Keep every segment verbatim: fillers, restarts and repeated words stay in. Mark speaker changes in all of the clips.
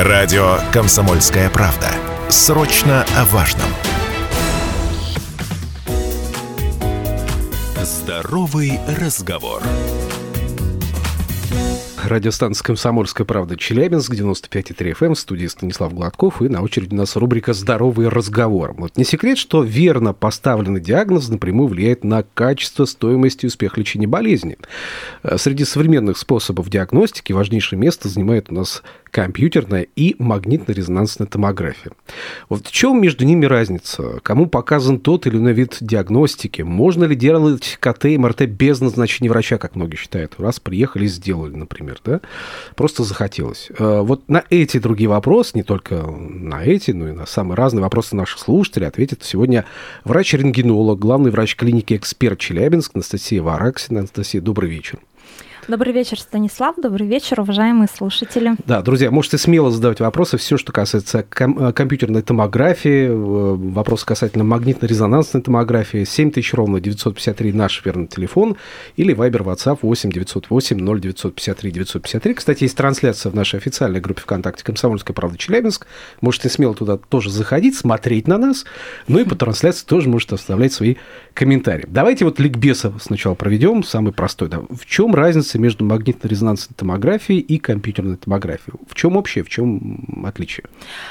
Speaker 1: Радио «Комсомольская правда». Срочно о важном. Здоровый разговор.
Speaker 2: Радиостанция «Комсомольская правда», Челябинск, девяносто пять и три эф эм, в студии Станислав Гладков, и на очереди у нас рубрика «Здоровый разговор». Вот не секрет, что верно поставленный диагноз напрямую влияет на качество, стоимость и успех лечения болезни. Среди современных способов диагностики важнейшее место занимает у нас компьютерная и магнитно-резонансная томография. Вот в чем между ними разница? Кому показан тот или иной вид диагностики? Можно ли делать КТ и МРТ без назначения врача, как многие считают? Раз приехали и сделали, например, да? Просто захотелось. Вот на эти и другие вопросы, не только на эти, но и на самые разные вопросы наших слушателей ответит сегодня врач-рентгенолог, главный врач клиники «Эксперт Челябинск» Анастасия Вараксина. Анастасия, добрый вечер.
Speaker 3: Добрый вечер, Станислав. Добрый вечер, уважаемые слушатели.
Speaker 2: Да, друзья, можете смело задавать вопросы. Все, что касается ком- компьютерной томографии, вопросы касательно магнитно-резонансной томографии, семь тысяч ровно девятьсот пятьдесят три наш верный телефон, или Вайбер, WhatsApp восемь девятьсот восемь ноль девятьсот пятьдесят три девятьсот пятьдесят три. Кстати, есть трансляция в нашей официальной группе ВКонтакте «Комсомольская правда Челябинск». Можете смело туда тоже заходить, смотреть на нас. Ну и по трансляции тоже можете оставлять свои комментарии. Давайте вот ликбез сначала проведем, самый простой. Да. В чем разница между магнитно-резонансной томографией и компьютерной томографией? В чем общее, в чем отличие?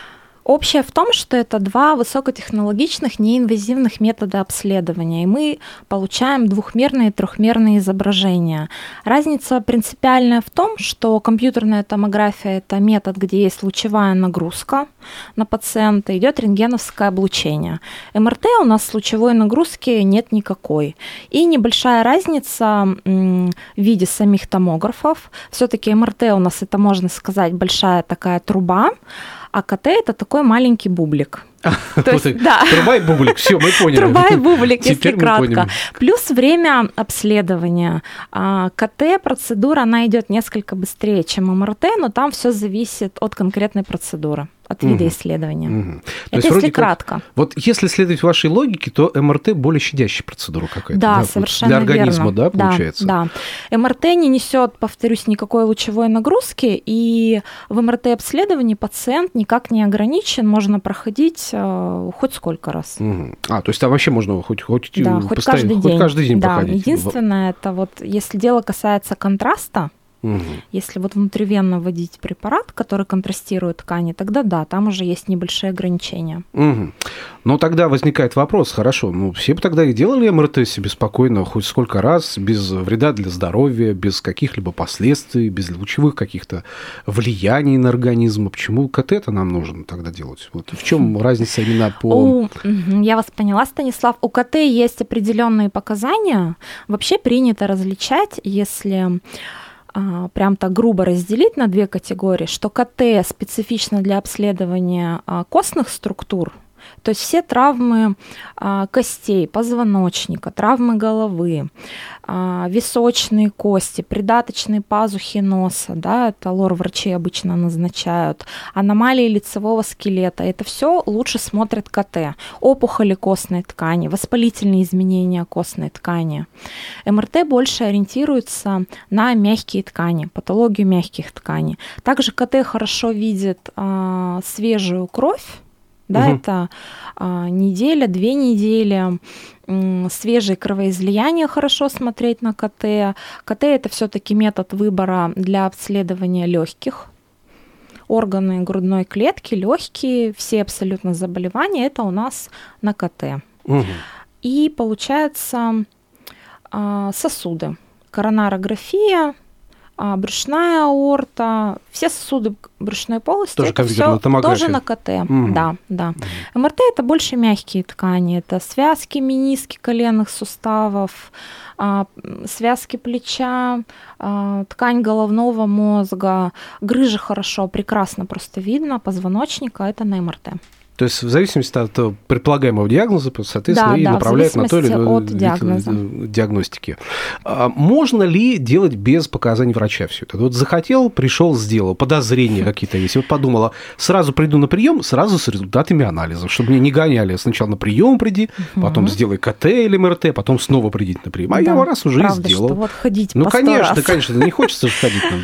Speaker 3: Общее в том, что это два высокотехнологичных, неинвазивных метода обследования, и мы получаем двухмерные и трехмерные изображения. Разница принципиальная в том, что компьютерная томография – это метод, где есть лучевая нагрузка на пациента, идет рентгеновское облучение. МРТ у нас с лучевой нагрузки нет никакой. И небольшая разница в виде самих томографов. Все-таки МРТ у нас, это, можно сказать, большая такая труба, а КТ – это такой маленький бублик.
Speaker 2: То есть, да. Труба и бублик, все, мы поняли.
Speaker 3: Труба и бублик, если кратко. Плюс время обследования. КТ-процедура, она идет несколько быстрее, чем МРТ, но там все зависит от конкретной процедуры, от вида угу. исследования. Угу. Это если кратко.
Speaker 2: Как, вот если следовать вашей логике, то МРТ более щадящая процедура какая-то.
Speaker 3: Да,
Speaker 2: да?
Speaker 3: совершенно
Speaker 2: для организма,
Speaker 3: верно.
Speaker 2: да, получается?
Speaker 3: Да, да. МРТ не несет, повторюсь, никакой лучевой нагрузки, и в МРТ-обследовании пациент никак не ограничен, можно проходить хоть сколько раз.
Speaker 2: Угу. А, то есть там вообще можно хоть, хоть,
Speaker 3: да, хоть каждый
Speaker 2: хоть
Speaker 3: день.
Speaker 2: каждый день
Speaker 3: да,
Speaker 2: проходить.
Speaker 3: Единственное, это вот, если дело касается контраста, угу. если вот внутривенно вводить препарат, который контрастирует ткани, тогда да, там уже есть небольшие ограничения.
Speaker 2: Угу. Но тогда возникает вопрос, хорошо, ну все бы тогда и делали МРТ себе спокойно, хоть сколько раз, без вреда для здоровья, без каких-либо последствий, без лучевых каких-то влияний на организм. Почему КТ-то нам нужно тогда делать? Вот в чем разница именно по...
Speaker 3: У, я вас поняла, Станислав. У КТ есть определенные показания. Вообще принято различать, если... прям так грубо разделить на две категории, что КТ специфично для обследования костных структур, то есть все травмы костей, позвоночника, травмы головы, височные кости, придаточные пазухи носа, да, это лор-врачи обычно назначают, аномалии лицевого скелета, это все лучше смотрит КТ, опухоли костной ткани, воспалительные изменения костной ткани. МРТ больше ориентируется на мягкие ткани, патологию мягких тканей. Также КТ хорошо видит а, свежую кровь, да, угу. это а, неделя, две недели, м, свежие кровоизлияния хорошо смотреть на КТ. КТ – это все-таки метод выбора для обследования легких. Органы грудной клетки, легкие, все абсолютно заболевания – это у нас на КТ. Угу. И получается а, сосуды, коронарография, брюшная аорта, все сосуды брюшной полости,
Speaker 2: тоже
Speaker 3: это все тоже на КТ. Mm. Да, да. Mm. МРТ – это больше мягкие ткани, это связки, мениски коленных суставов, связки плеча, ткань головного мозга, грыжи хорошо, прекрасно просто видно, позвоночника – это на МРТ.
Speaker 2: То есть в зависимости от предполагаемого диагноза, соответственно,
Speaker 3: да,
Speaker 2: и
Speaker 3: да,
Speaker 2: направляют на то или иной
Speaker 3: вид
Speaker 2: диагностики. А можно ли делать без показаний врача все это? Вот захотел, пришел, сделал, подозрения какие-то есть. Вот подумала, сразу приду на прием, сразу с результатами анализов, чтобы меня не гоняли. Сначала на прием приди, угу. потом сделай КТ или МРТ, потом снова придите на прием. А да, я раз уже
Speaker 3: правда,
Speaker 2: сделал.
Speaker 3: Что вот ходить
Speaker 2: ну,
Speaker 3: по
Speaker 2: конечно,
Speaker 3: раз.
Speaker 2: конечно, не хочется же ходить нам, да.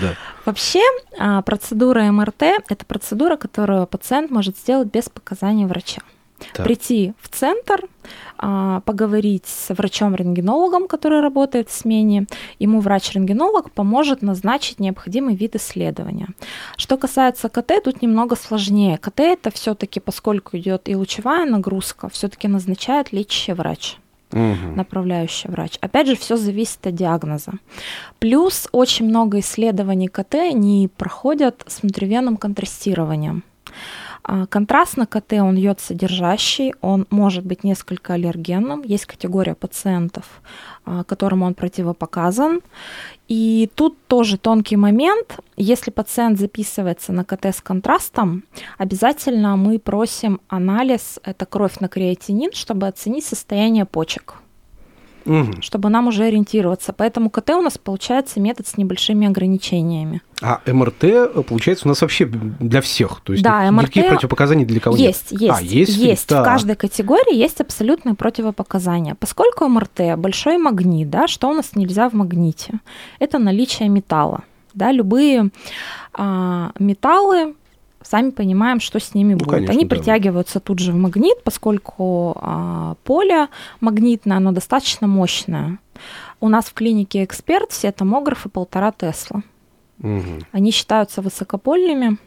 Speaker 3: Вообще, процедура эм эр тэ – это процедура, которую пациент может сделать без показаний врача. Так. Прийти в центр, поговорить с врачом-рентгенологом, который работает в смене. Ему врач-рентгенолог поможет назначить необходимый вид исследования. Что касается ка тэ, тут немного сложнее. ка тэ это все-таки, поскольку идет и лучевая нагрузка, все-таки назначает лечащий врач. Угу. Направляющий врач. Опять же, все зависит от диагноза. Плюс очень много исследований ка тэ не проходят с внутривенным контрастированием. Контраст на ка тэ, он йод-содержащий, он может быть несколько аллергенным. Есть категория пациентов, которым он противопоказан. И тут тоже тонкий момент. Если пациент записывается на ка тэ с контрастом, обязательно мы просим анализ, это кровь на креатинин, чтобы оценить состояние почек. Угу. Чтобы нам уже ориентироваться. Поэтому ка тэ у нас получается метод с небольшими ограничениями.
Speaker 2: А эм эр тэ, получается, у нас вообще для всех? То есть
Speaker 3: да,
Speaker 2: никаких
Speaker 3: эм эр тэ
Speaker 2: противопоказаний для кого
Speaker 3: есть,
Speaker 2: нет?
Speaker 3: Есть,
Speaker 2: а, есть.
Speaker 3: Есть.
Speaker 2: Да.
Speaker 3: В каждой категории есть абсолютные противопоказания. Поскольку эм эр тэ – большой магнит, да, что у нас нельзя в магните? Это наличие металла. Да, любые а, металлы, сами понимаем, что с ними ну, будет. Конечно, Они да. притягиваются тут же в магнит, поскольку а, поле магнитное, оно достаточно мощное. У нас в клинике «Эксперт» все томографы полтора Тесла. Угу. Они считаются высокопольными.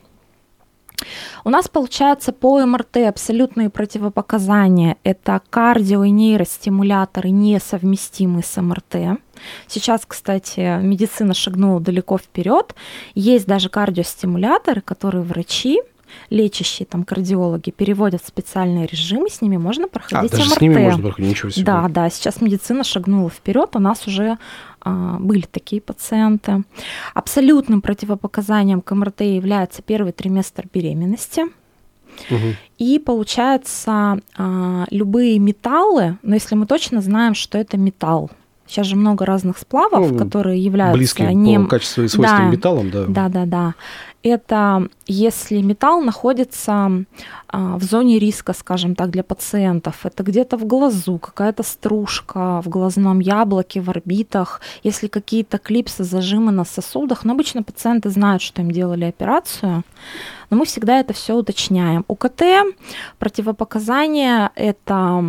Speaker 3: У нас получается по эм эр тэ абсолютные противопоказания. Это кардио- и нейростимуляторы, несовместимые с эм эр тэ. Сейчас, кстати, медицина шагнула далеко вперед. Есть даже кардиостимуляторы, которые врачи, лечащие там кардиологи, переводят в специальные режимы, с ними можно проходить
Speaker 2: а,
Speaker 3: эм эр тэ.
Speaker 2: Даже с ними можно проходить, ничего себе.
Speaker 3: Да, да, сейчас медицина шагнула вперед, у нас уже а, были такие пациенты. Абсолютным противопоказанием к эм эр тэ является первый триместр беременности. Угу. И получается, а, любые металлы, но если мы точно знаем, что это металл, сейчас же много разных сплавов, ну, которые являются...
Speaker 2: Близким
Speaker 3: не...
Speaker 2: по качеству и свойствам
Speaker 3: да,
Speaker 2: металлом, да.
Speaker 3: Да, да, да. Это если металл находится а, в зоне риска, скажем так, для пациентов. Это где-то в глазу, какая-то стружка в глазном яблоке, в орбитах. Если какие-то клипсы, зажимы на сосудах. Но обычно пациенты знают, что им делали операцию. Но мы всегда это все уточняем. У ка тэ противопоказания – это...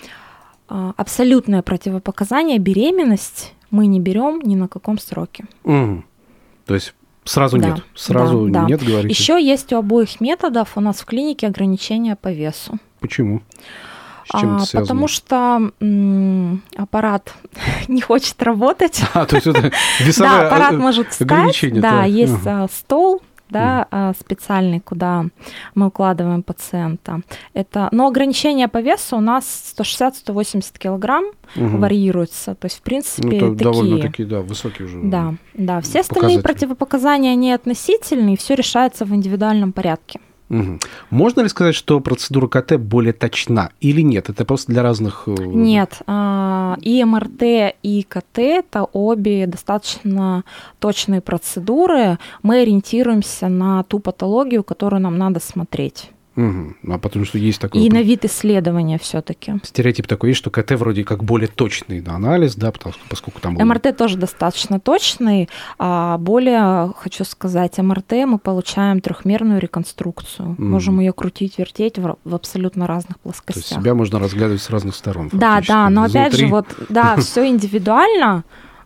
Speaker 3: абсолютное противопоказание, беременность мы не берем ни на каком сроке.
Speaker 2: Угу. То есть сразу
Speaker 3: да,
Speaker 2: нет, сразу
Speaker 3: да,
Speaker 2: нет,
Speaker 3: да.
Speaker 2: говорите.
Speaker 3: Еще есть у обоих методов у нас в клинике ограничения по весу.
Speaker 2: Почему? С чем
Speaker 3: а,
Speaker 2: это связано?
Speaker 3: Потому что м- аппарат не хочет работать.
Speaker 2: А, то есть это весовое
Speaker 3: да, аппарат может встать, да, есть стол, да, mm. специальный, куда мы укладываем пациента. Это, но ограничения по весу у нас сто шестьдесят - сто восемьдесят килограмм mm-hmm. варьируются. То есть, в принципе, ну,
Speaker 2: это
Speaker 3: такие...
Speaker 2: довольно такие, да, высокие уже.
Speaker 3: Да, да. Все остальные противопоказания, они относительные, и все решается в индивидуальном порядке.
Speaker 2: Угу. Можно ли сказать, что процедура ка тэ более точна или нет? Это просто для разных...
Speaker 3: Нет. И эм эр тэ, и ка тэ – это обе достаточно точные процедуры. Мы ориентируемся на ту патологию, которую нам надо смотреть.
Speaker 2: Угу. А потому что есть такой...
Speaker 3: И на вид исследования все-таки.
Speaker 2: Стереотип такой есть, что ка тэ вроде как более точный на анализ, да, потому, поскольку там...
Speaker 3: эм эр тэ тоже достаточно точный. А более, хочу сказать, эм эр тэ мы получаем трехмерную реконструкцию. Mm. Можем ее крутить, вертеть в, в абсолютно разных плоскостях.
Speaker 2: То есть себя можно разглядывать с разных сторон.
Speaker 3: Да, да, но
Speaker 2: изнутри.
Speaker 3: Опять же, вот, да, все индивидуально.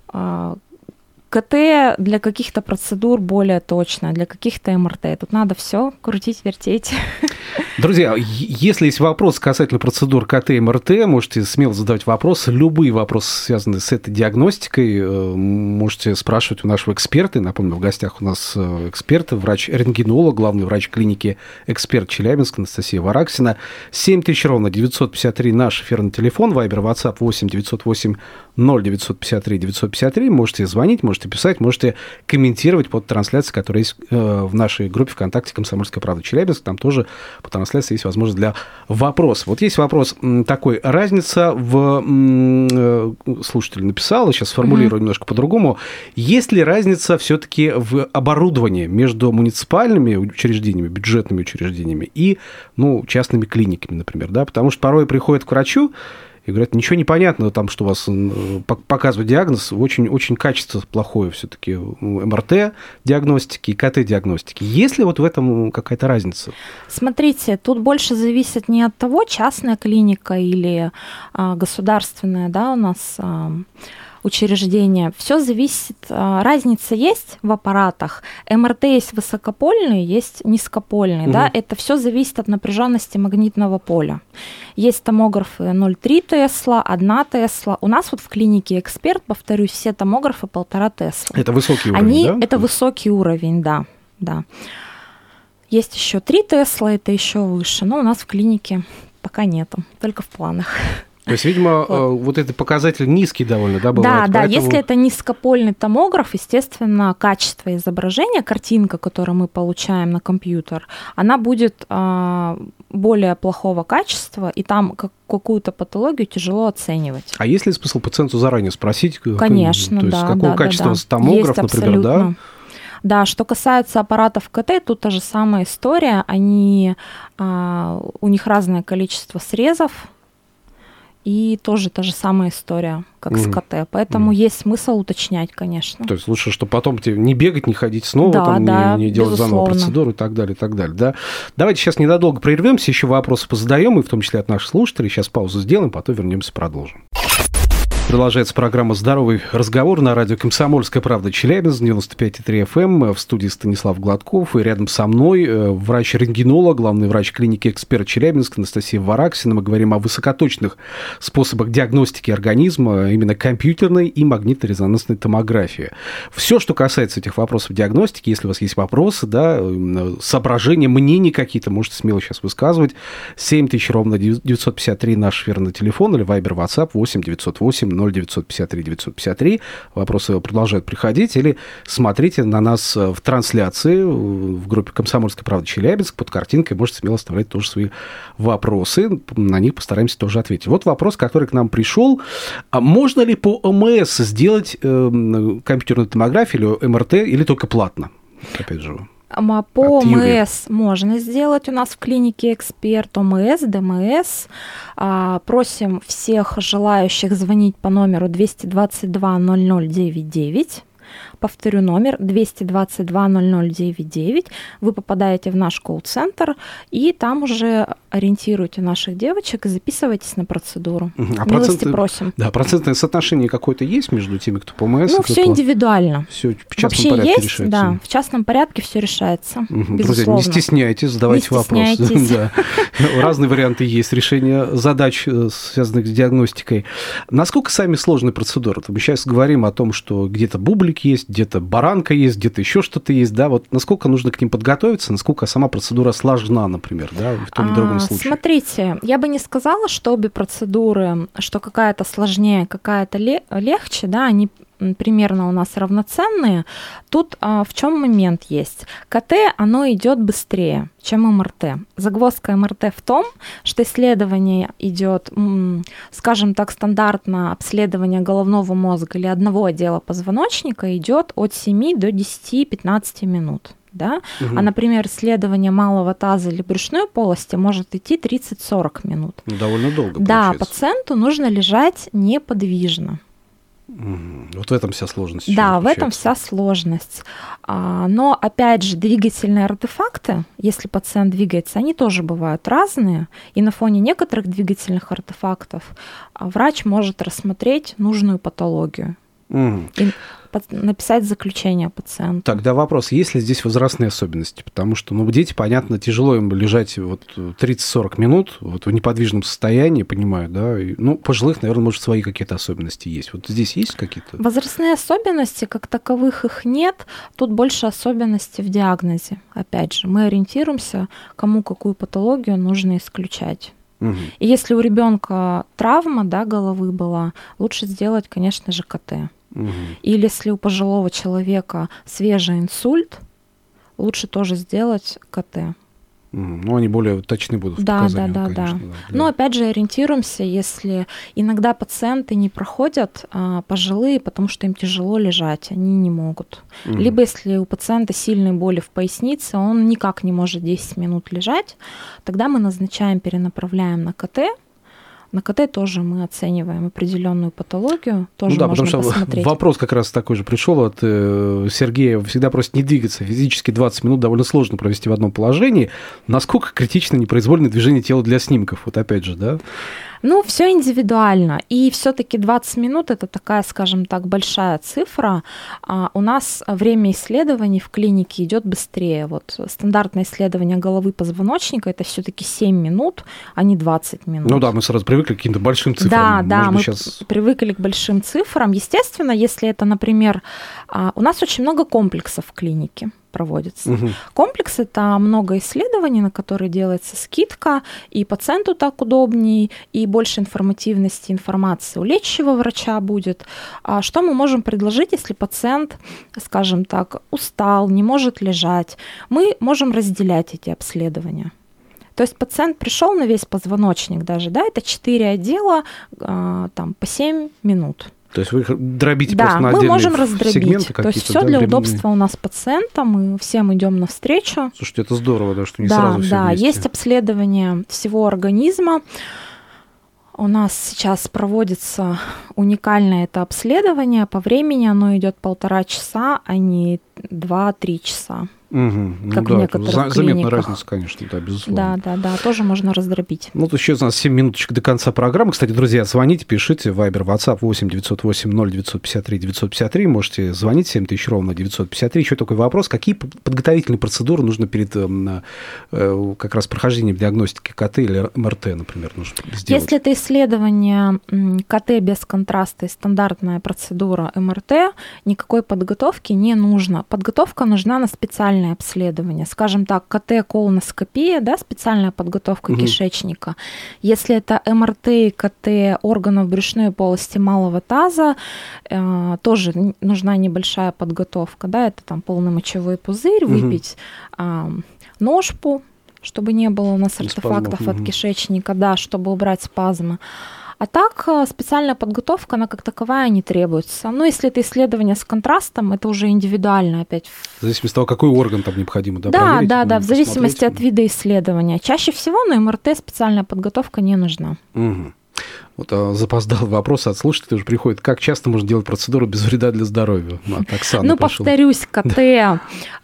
Speaker 3: ка тэ для каких-то процедур более точно, для каких-то эм эр тэ. Тут надо все крутить, вертеть.
Speaker 2: Друзья, если есть вопрос касательно процедур ка тэ и эм эр тэ, можете смело задавать вопросы. Любые вопросы, связанные с этой диагностикой, можете спрашивать у нашего эксперта. Напомню, в гостях у нас эксперты, врач-рентгенолог, главный врач клиники «Эксперт» Челябинск Анастасия Вараксина. семь тысяч ровно девятьсот пятьдесят три наш эфирный телефон, вайбер, ватсап восемь девятьсот восемь ноль девятьсот пятьдесят три девятьсот пятьдесят три. Можете звонить, можете писать, можете комментировать под трансляцией, которая есть в нашей группе ВКонтакте «Комсомольская правда Челябинск». Там тоже по трансляции есть возможность для вопросов. Вот есть вопрос такой. Разница в... Слушатель написал, сейчас сформулирую mm-hmm. немножко по-другому. Есть ли разница все-таки в оборудовании между муниципальными учреждениями, бюджетными учреждениями и ну, частными клиниками, например? Да? Потому что порой приходят к врачу, и говорят, ничего не понятно, там, что у вас показывает диагноз, очень, очень качество плохое все-таки эм эр тэ-диагностики и ка тэ-диагностики. Есть ли вот в этом какая-то разница?
Speaker 3: Смотрите, тут больше зависит не от того, частная клиника или а, государственная, да, у нас а, учреждение. Все зависит, а, разница есть в аппаратах. эм эр тэ есть высокопольный, есть низкопольный, угу. да, это все зависит от напряженности магнитного поля. Есть томографы ноль целых три Тесла, один Тесла. У нас вот в клинике «Эксперт», повторюсь, все томографы полтора Тесла.
Speaker 2: Это высокий уровень,
Speaker 3: Они,
Speaker 2: да?
Speaker 3: Это высокий уровень, да, да. Есть еще три Тесла, это еще выше, но у нас в клинике пока нету, только в планах.
Speaker 2: То есть, видимо, вот, вот этот показатель низкий довольно, да, бывает?
Speaker 3: Да,
Speaker 2: поэтому...
Speaker 3: да, если это низкопольный томограф, естественно, качество изображения, картинка, которую мы получаем на компьютер, она будет а, более плохого качества, и там как, какую-то патологию тяжело оценивать.
Speaker 2: А есть ли смысл пациенту заранее спросить,
Speaker 3: конечно,
Speaker 2: то есть,
Speaker 3: да,
Speaker 2: какого
Speaker 3: да,
Speaker 2: качества
Speaker 3: да,
Speaker 2: томограф,
Speaker 3: есть
Speaker 2: например,
Speaker 3: абсолютно.
Speaker 2: да?
Speaker 3: Да, что касается аппаратов ка тэ, тут та же самая история. Они, а, у них разное количество срезов, и тоже та же самая история, как mm. с ка тэ. Поэтому mm. есть смысл уточнять, конечно.
Speaker 2: То есть лучше, чтобы потом тебе не бегать, не ходить снова, да, там, да, не, не делать заново процедуру и так далее, и так далее. Да? Давайте сейчас ненадолго прервемся, еще вопросы позадаем, и в том числе от наших слушателей. Сейчас паузу сделаем, потом вернемся, продолжим. Продолжается программа «Здоровый разговор» на радио «Комсомольская правда» Челябинск, девяносто пять и три эф эм. В студии Станислав Гладков. И рядом со мной врач-рентгенолог, главный врач клиники «Эксперт» Челябинск Анастасия Вараксина. Мы говорим о высокоточных способах диагностики организма, именно компьютерной и магнитно-резонансной томографии. Все, что касается этих вопросов диагностики, если у вас есть вопросы, да, соображения, мнения какие-то, можете смело сейчас высказывать. семь тысяч ровно девятьсот пятьдесят три наш эфирный телефон или Вайбер, Ватсап восемь девятьсот восемь ноль девятьсот пятьдесят три девятьсот пятьдесят три. Вопросы продолжают приходить. Или смотрите на нас в трансляции в группе «Комсомольская правда» Челябинск. Под картинкой можете смело оставлять тоже свои вопросы. На них постараемся тоже ответить. Вот вопрос, который к нам пришел. А можно ли по эм эс сделать э, компьютерную томографию или эм эр тэ, или только платно? Опять же.
Speaker 3: По эм эс можно сделать у нас в клинике «Эксперт», эм эс, дэ эм эс. Просим всех желающих звонить по номеру двести двадцать два ноль ноль девять девять. Повторю номер двести двадцать два ноль ноль девять девять. Вы попадаете в наш колл-центр, и там уже ориентируйте наших девочек и записывайтесь на процедуру.
Speaker 2: А
Speaker 3: Милости просим.
Speaker 2: Да, процентное соотношение какое-то есть между теми, кто по эм эс?
Speaker 3: Ну, все по... индивидуально.
Speaker 2: Все в частном
Speaker 3: Вообще
Speaker 2: порядке
Speaker 3: есть,
Speaker 2: решается.
Speaker 3: Да, в частном порядке все решается.
Speaker 2: Угу. Друзья, не стесняйтесь, задавайте вопросы. Разные варианты есть решения задач, связанных с диагностикой. Насколько сами сложные процедуры? Мы сейчас говорим о том, что где-то бублик есть, где-то баранка есть, где-то еще что-то есть, да, вот насколько нужно к ним подготовиться, насколько сама процедура сложна, например, да, в том или другом случае?
Speaker 3: Смотрите, я бы не сказала, что обе процедуры, что какая-то сложнее, какая-то легче, да, они примерно у нас равноценные. Тут а, в чем момент есть? ка тэ, оно идет быстрее, чем эм эр тэ. Загвоздка эм эр тэ в том, что исследование идет, скажем так, стандартно обследование головного мозга или одного отдела позвоночника идет от семи до десяти-пятнадцати минут. Да? Угу. А, например, исследование малого таза или брюшной полости может идти тридцать-сорок минут.
Speaker 2: Довольно долго,
Speaker 3: да,
Speaker 2: получается.
Speaker 3: Пациенту нужно лежать неподвижно.
Speaker 2: Вот в этом вся сложность.
Speaker 3: Да, в этом вся сложность. Но, опять же, двигательные артефакты, если пациент двигается, они тоже бывают разные. И на фоне некоторых двигательных артефактов врач может рассмотреть нужную патологию. Угу. И написать заключение пациенту.
Speaker 2: Тогда вопрос, есть ли здесь возрастные особенности? Потому что, ну, дети, понятно, тяжело им лежать вот тридцать-сорок минут вот в неподвижном состоянии, понимаю, да? И, ну, пожилых, наверное, может, свои какие-то особенности есть. Вот здесь есть какие-то?
Speaker 3: Возрастные особенности, как таковых, их нет. Тут больше особенностей в диагнозе. Опять же, мы ориентируемся, кому какую патологию нужно исключать. Угу. И если у ребенка травма, да, головы была, лучше сделать, конечно же, ка тэ. Угу. Или если у пожилого человека свежий инсульт, лучше тоже сделать ка тэ.
Speaker 2: Угу. Ну, они более точны будут.
Speaker 3: Да, да, да, конечно, да. да. Но опять же ориентируемся, если иногда пациенты не проходят а, пожилые, потому что им тяжело лежать, они не могут. Угу. Либо если у пациента сильные боли в пояснице, он никак не может десять минут лежать, тогда мы назначаем, перенаправляем на ка тэ. На КТ тоже мы оцениваем определенную патологию, тоже
Speaker 2: ну да,
Speaker 3: можно
Speaker 2: потому что
Speaker 3: посмотреть.
Speaker 2: Вопрос как раз такой же пришел от э, Сергея. Всегда просит не двигаться. Физически двадцать минут довольно сложно провести в одном положении. Насколько критично непроизвольное движение тела для снимков? Вот опять же, да?
Speaker 3: Ну, все индивидуально. И все-таки двадцать минут это такая, скажем так, большая цифра. А у нас время исследований в клинике идет быстрее. Вот стандартное исследование головы позвоночника это все-таки семь минут, а не двадцать минут.
Speaker 2: Ну да, мы сразу привыкли к каким-то большим цифрам.
Speaker 3: Да,
Speaker 2: Может
Speaker 3: да,
Speaker 2: быть,
Speaker 3: мы
Speaker 2: сейчас...
Speaker 3: привыкли к большим цифрам. Естественно, если это, например, у нас очень много комплексов в клинике проводится. Угу. Комплекс – это много исследований, на которые делается скидка, и пациенту так удобней, и больше информативности, информации у лечащего врача будет. А что мы можем предложить, если пациент, скажем так, устал, не может лежать? Мы можем разделять эти обследования. То есть пациент пришел на весь позвоночник даже, да, это четыре отдела, там, по семь минут.
Speaker 2: То есть вы дробите
Speaker 3: да,
Speaker 2: просто на
Speaker 3: отдельные
Speaker 2: сегменты.
Speaker 3: Да, мы можем раздробить. То есть все
Speaker 2: да,
Speaker 3: для
Speaker 2: временные.
Speaker 3: удобства у нас пациента, мы всем идем навстречу.
Speaker 2: Слушайте, это здорово, да, что не
Speaker 3: да,
Speaker 2: сразу все
Speaker 3: да,
Speaker 2: вместе.
Speaker 3: Есть обследование всего организма. У нас сейчас проводится уникальное это обследование. По времени оно идет полтора часа, а не два-три часа.
Speaker 2: Угу.
Speaker 3: Как
Speaker 2: ну,
Speaker 3: в
Speaker 2: да,
Speaker 3: некоторых
Speaker 2: заметная
Speaker 3: клиниках.
Speaker 2: разница, конечно, да, безусловно.
Speaker 3: Да, да, да, тоже можно раздробить.
Speaker 2: Ну, тут еще у нас семь минуточек до конца программы. Кстати, друзья, звоните, пишите. Вайбер, WhatsApp восемь девятьсот восемь ноль девятьсот пятьдесят три девятьсот пятьдесят три. Можете звонить семь тысяч ровно девятьсот пятьдесят три. Еще такой вопрос. Какие подготовительные процедуры нужно перед э, как раз прохождением диагностики КТ или МРТ, например, нужно сделать?
Speaker 3: Если это исследование КТ без контраста и стандартная процедура МРТ, никакой подготовки не нужно. Подготовка нужна на специальное обследование. Скажем так, КТ-колоноскопия, да, специальная подготовка угу. кишечника. Если это МРТ и КТ органов брюшной полости малого таза, э, тоже нужна небольшая подготовка. Да, это там полный мочевой пузырь, угу. выпить э, ножпу, чтобы не было у нас артефактов угу. от кишечника, да, чтобы убрать спазмы. А так специальная подготовка, она как таковая не требуется. Но если это исследование с контрастом, это уже индивидуально опять.
Speaker 2: В зависимости от того, какой орган там необходимо, да,
Speaker 3: да,
Speaker 2: проверить?
Speaker 3: Да, да, в зависимости
Speaker 2: посмотреть.
Speaker 3: от вида исследования. Чаще всего на МРТ специальная подготовка не нужна.
Speaker 2: Угу. Вот а, запоздал вопрос от слушателей, уже приходит, как часто можно делать процедуру без вреда для здоровья? От Оксаны
Speaker 3: ну,
Speaker 2: пошел.
Speaker 3: повторюсь, КТ...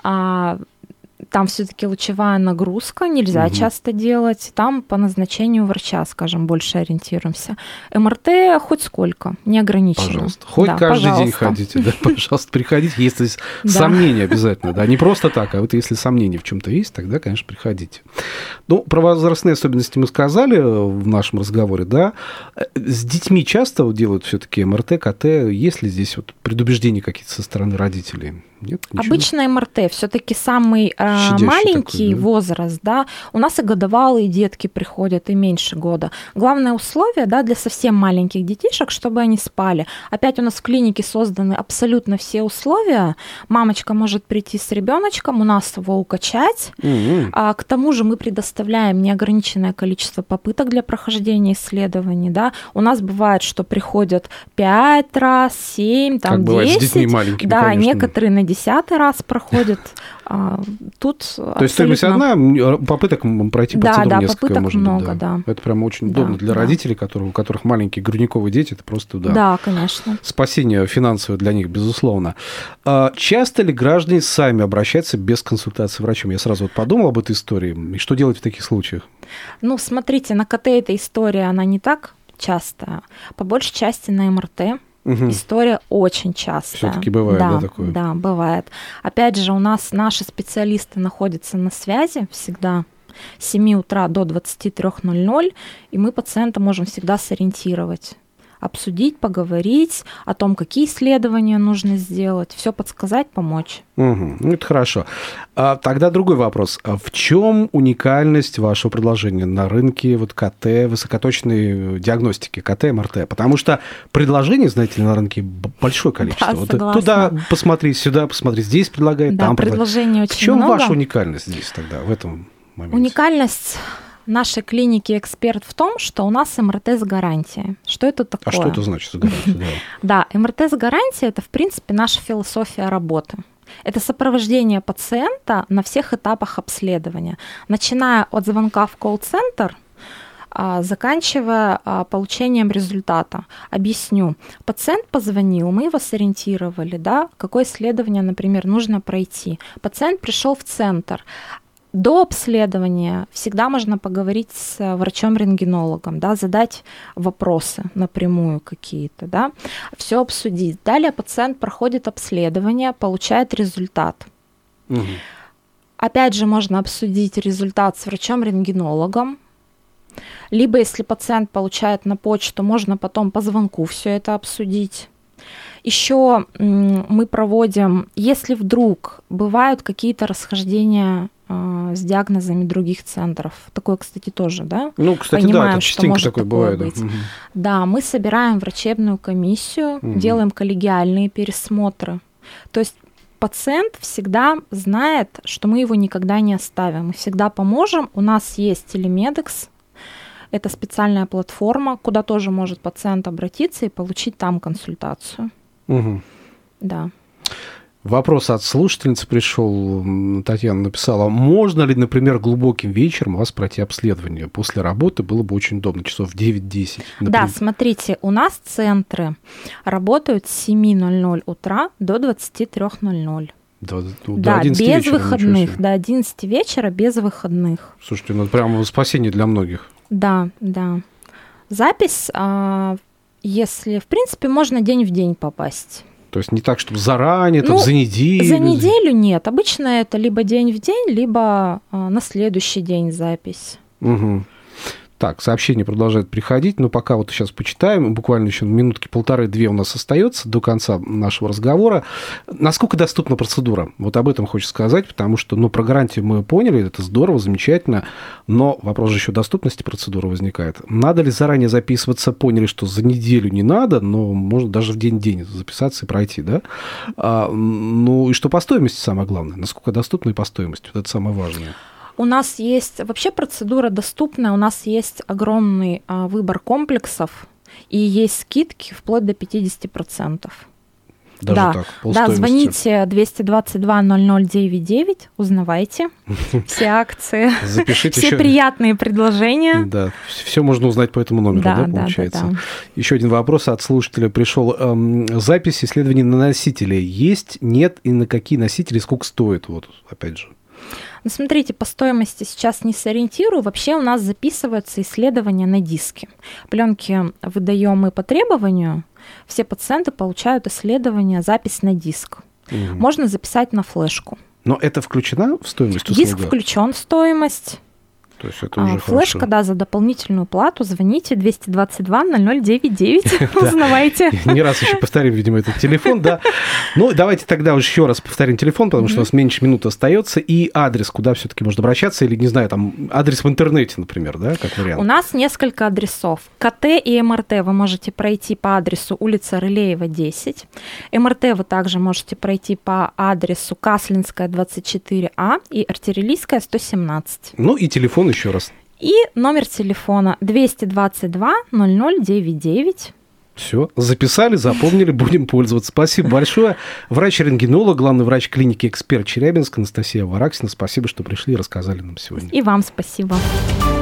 Speaker 3: Там все-таки лучевая нагрузка, нельзя угу. часто делать. Там по назначению врача, скажем, больше ориентируемся. МРТ хоть сколько, не ограничено.
Speaker 2: Пожалуйста. Хоть
Speaker 3: да,
Speaker 2: каждый
Speaker 3: пожалуйста.
Speaker 2: день ходите, да, пожалуйста, приходите, если
Speaker 3: да.
Speaker 2: сомнения обязательно, да, не просто так, а вот если сомнения в чем-то есть, тогда, конечно, приходите. Ну, про возрастные особенности мы сказали в нашем разговоре, да. С детьми часто делают все-таки МРТ, КТ, есть ли здесь вот предубеждения какие-то со стороны родителей? Нет,
Speaker 3: обычно МРТ все-таки самый э, маленький такой, да? возраст, да. У нас и годовалые детки приходят, и меньше года. Главное условие, да, для совсем маленьких детишек, чтобы они спали. Опять у нас в клинике созданы абсолютно все условия. Мамочка может прийти с ребеночком, у нас его укачать. Mm-hmm. А, к тому же мы предоставляем неограниченное количество попыток для прохождения исследований, да. У нас бывает, что приходят пять раз, семь, там,
Speaker 2: как
Speaker 3: десять.
Speaker 2: Бывает с детьми маленькими,
Speaker 3: да,
Speaker 2: конечно.
Speaker 3: Некоторые на десятый раз проходит. Тут
Speaker 2: То есть стоимость одна, попыток пройти процедуру
Speaker 3: да, да,
Speaker 2: несколько
Speaker 3: попыток
Speaker 2: может
Speaker 3: много,
Speaker 2: быть. Да.
Speaker 3: Да.
Speaker 2: Это прям очень удобно
Speaker 3: да,
Speaker 2: для
Speaker 3: да.
Speaker 2: родителей, которые, у которых маленькие грудниковые дети, это просто, да.
Speaker 3: Да, конечно.
Speaker 2: Спасение финансовое для них, безусловно. Часто ли граждане сами обращаются без консультации врачом? Я сразу вот подумал об этой истории. И что делать в таких случаях?
Speaker 3: Ну, смотрите, на КТ эта история, она не так часто. По большей части на МРТ. Угу. История очень частая.
Speaker 2: Все-таки бывает, да,
Speaker 3: да,
Speaker 2: такое?
Speaker 3: Да, бывает. Опять же, у нас наши специалисты находятся на связи всегда с семи утра до двадцати трёх ноль-ноль, и мы пациента можем всегда сориентировать, обсудить, поговорить о том, какие исследования нужно сделать, все подсказать, помочь.
Speaker 2: Угу, ну, это хорошо. А тогда другой вопрос. В чем уникальность вашего предложения на рынке вот КТ, высокоточной диагностики, КТ, МРТ? Потому что предложений, знаете ли, на рынке большое количество.
Speaker 3: Да,
Speaker 2: вот
Speaker 3: согласна.
Speaker 2: Туда посмотри, сюда посмотри, здесь предлагает,
Speaker 3: да,
Speaker 2: там
Speaker 3: предложений
Speaker 2: предлагает.
Speaker 3: очень
Speaker 2: В чем
Speaker 3: много.
Speaker 2: ваша уникальность здесь тогда, в этом моменте?
Speaker 3: Уникальность нашей клиники «Эксперт» в том, что у нас МРТ с гарантией. Что это такое?
Speaker 2: А что это значит с гарантией?
Speaker 3: Да, МРТ с гарантией – это, в принципе, наша философия работы. Это сопровождение пациента на всех этапах обследования, начиная от звонка в колл-центр, заканчивая получением результата. Объясню. Пациент позвонил, мы его сориентировали, да, какое исследование, например, нужно пройти. Пациент пришел в центр. До обследования всегда можно поговорить с врачом-рентгенологом, да, задать вопросы напрямую какие-то, да, все обсудить. Далее пациент проходит обследование, получает результат. Угу. Опять же, можно обсудить результат с врачом-рентгенологом. Либо, если пациент получает на почту, можно потом по звонку все это обсудить. Еще мы проводим, если вдруг бывают какие-то расхождения с диагнозами других центров. Такое, кстати, тоже, да?
Speaker 2: Ну, кстати,
Speaker 3: понимаем,
Speaker 2: да,
Speaker 3: что может
Speaker 2: такое
Speaker 3: такое
Speaker 2: бывает.
Speaker 3: быть.
Speaker 2: Да. Угу.
Speaker 3: Да, мы собираем врачебную комиссию, угу. делаем коллегиальные пересмотры. То есть пациент всегда знает, что мы его никогда не оставим. Мы всегда поможем. У нас есть телемедекс. Это специальная платформа, куда тоже может пациент обратиться и получить там консультацию.
Speaker 2: Угу.
Speaker 3: Да.
Speaker 2: Вопрос от слушательницы пришел. Татьяна написала: можно ли, например, глубоким вечером у вас пройти обследование? После работы было бы очень удобно, часов в девять-десять.
Speaker 3: Да, смотрите, у нас центры работают с семи ноль-ноль утра до двадцати трёх ноль-ноль.
Speaker 2: До, до
Speaker 3: да, без
Speaker 2: вечера,
Speaker 3: выходных, до одиннадцати вечера без выходных.
Speaker 2: Слушайте, ну прямо спасение для многих.
Speaker 3: Да, да. Запись, если, в принципе, можно день в день попасть.
Speaker 2: То есть не так, чтобы заранее,
Speaker 3: ну,
Speaker 2: там, за неделю?
Speaker 3: За неделю нет. Обычно это либо день в день, либо а, на следующий день запись.
Speaker 2: Угу. Так, сообщения продолжают приходить, но пока вот сейчас почитаем, буквально еще минутки полторы-две у нас остается до конца нашего разговора. Насколько доступна процедура? Вот об этом хочется сказать, потому что, ну, про гарантию мы поняли, это здорово, замечательно, но вопрос же еще доступности процедуры возникает. Надо ли заранее записываться? Поняли, что за неделю не надо, но можно даже в день-день записаться и пройти, да? А, ну, и что по стоимости самое главное? Насколько доступна и по стоимости? Вот это самое важное.
Speaker 3: У нас есть вообще процедура доступная, у нас есть огромный а, выбор комплексов и есть скидки вплоть до пятьдесят процентов.
Speaker 2: Даже
Speaker 3: да,
Speaker 2: так,
Speaker 3: да, звоните двести двадцать два ноль ноль девять девять, узнавайте все акции,
Speaker 2: запишите
Speaker 3: все
Speaker 2: еще...
Speaker 3: приятные предложения.
Speaker 2: Да, все можно узнать по этому номеру, да, да, да получается. Да, да. Еще один вопрос от слушателя пришел. Эм, запись исследований на носителе есть, нет, и на какие носители, сколько стоит, вот, опять же.
Speaker 3: Ну, смотрите, по стоимости сейчас не сориентирую. Вообще у нас записываются исследования на диске. Пленки выдаем мы по требованию. Все пациенты получают исследования, запись на диск. Угу. Можно записать на флешку.
Speaker 2: Но это включена в стоимость услуги?
Speaker 3: Диск включен в стоимость.
Speaker 2: То есть это уже
Speaker 3: флешка,
Speaker 2: хорошо.
Speaker 3: Да, за дополнительную плату звоните двести двадцать два ноль ноль девять девять, узнавайте.
Speaker 2: Не раз еще повторим, видимо, этот телефон, да. Ну, давайте тогда еще раз повторим телефон, потому что у нас меньше минуты остается, и адрес, куда все-таки можно обращаться, или, не знаю, там, адрес в интернете, например, да, как вариант.
Speaker 3: У нас несколько адресов. КТ и МРТ вы можете пройти по адресу улица Рылеева, десять. МРТ вы также можете пройти по адресу Каслинская, двадцать четыре А и Артиллерийская, сто семнадцать.
Speaker 2: Ну, и телефон еще раз.
Speaker 3: И номер телефона двести двадцать два ноль ноль девять девять.
Speaker 2: Все, записали, запомнили, будем пользоваться. Спасибо большое. Врач-рентгенолог, главный врач клиники «Эксперт» Челябинск Анастасия Вараксина. Спасибо, что пришли и рассказали нам сегодня.
Speaker 3: И вам спасибо.